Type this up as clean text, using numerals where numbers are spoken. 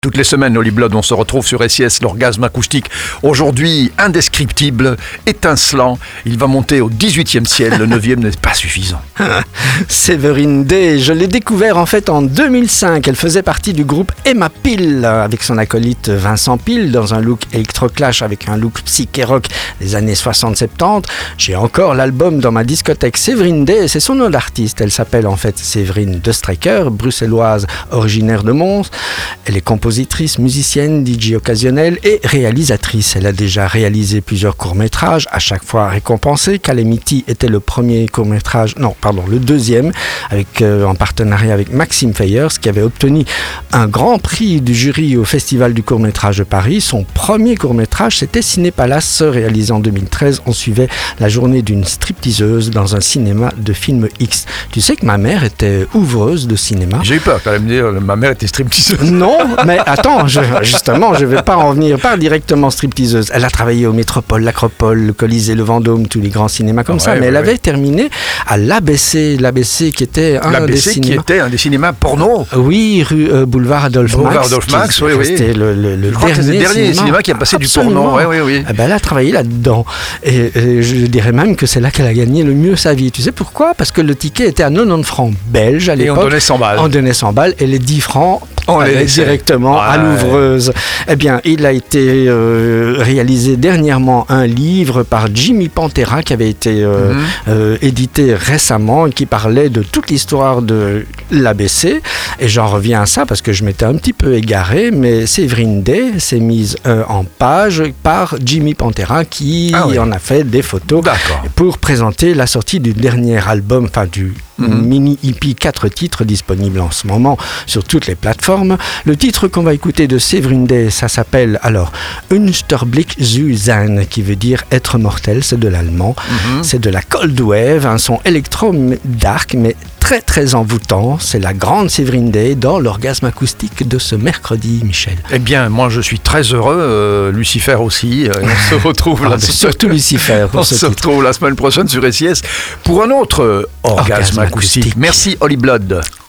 Toutes les semaines, Holly Blood, on se retrouve sur SIS, l'orgasme acoustique. Aujourd'hui, indescriptible, étincelant. Il va monter au 18e ciel. Le 9e n'est pas suffisant. Séverine Day, je l'ai découvert en fait en 2005. Elle faisait partie du groupe Emma Peel avec son acolyte Vincent Peel dans un look électroclash avec un look psyché rock des années 60-70. J'ai encore l'album dans ma discothèque. Séverine Day, c'est son nom d'artiste. Elle s'appelle en fait Séverine De Strecker, bruxelloise originaire de Mons. Elle est compositrice, musicienne, DJ occasionnelle et réalisatrice. Elle a déjà réalisé plusieurs courts-métrages, à chaque fois récompensés. Calamity était le premier court-métrage, le deuxième, en partenariat avec Maxime Fayers, qui avait obtenu un grand prix du jury au Festival du court-métrage de Paris. Son premier court-métrage, c'était Ciné Palace, réalisé en 2013. On suivait la journée d'une stripteaseuse dans un cinéma de film X. Tu sais que ma mère était ouvreuse de cinéma. J'ai eu peur quand même de dire ma mère était stripteaseuse. Non, mais attends, je ne vais pas en venir pas directement stripteaseuse. Elle a travaillé au Métropole, l'Acropole, le Colisée, le Vendôme, tous les grands cinémas comme ça. Mais elle avait terminé à l'ABC qui était un des cinémas porno. Oui, rue Boulevard Adolphe Max. Oui. C'était le dernier cinéma qui a passé absolument. Du porno. Oui. Elle a travaillé là-dedans. Et je dirais même que c'est là qu'elle a gagné le mieux sa vie. Tu sais pourquoi ? Parce que le ticket était à 90 francs belges à l'époque. Et on donnait 100 balles. On donnait 100 balles et les 10 francs directement à l'ouvreuse. Eh bien, il a été réalisé dernièrement un livre par Jimmy Pantera qui avait été édité récemment et qui parlait de toute l'histoire de l'ABC. Et j'en reviens à ça parce que je m'étais un petit peu égaré, mais Séverine Day s'est mise en page par Jimmy Pantera qui en a fait des photos pour présenter la sortie du dernier album, du mini EP 4 titres disponibles en ce moment sur toutes les plateformes. Le titre qu'on va écouter de Séverine Day, ça s'appelle alors Unsterblick zu sein, qui veut dire être mortel, c'est de l'allemand. C'est de la Cold Wave, un son électro-dark mais très très envoûtant. C'est la grande Séverine Day dans l'orgasme acoustique de ce mercredi, Michel. Eh bien, moi je suis très heureux, Lucifer aussi. On se retrouve surtout Lucifer. On se retrouve la semaine prochaine sur SIS pour un autre orgasme acoustique. Merci Holly Blood.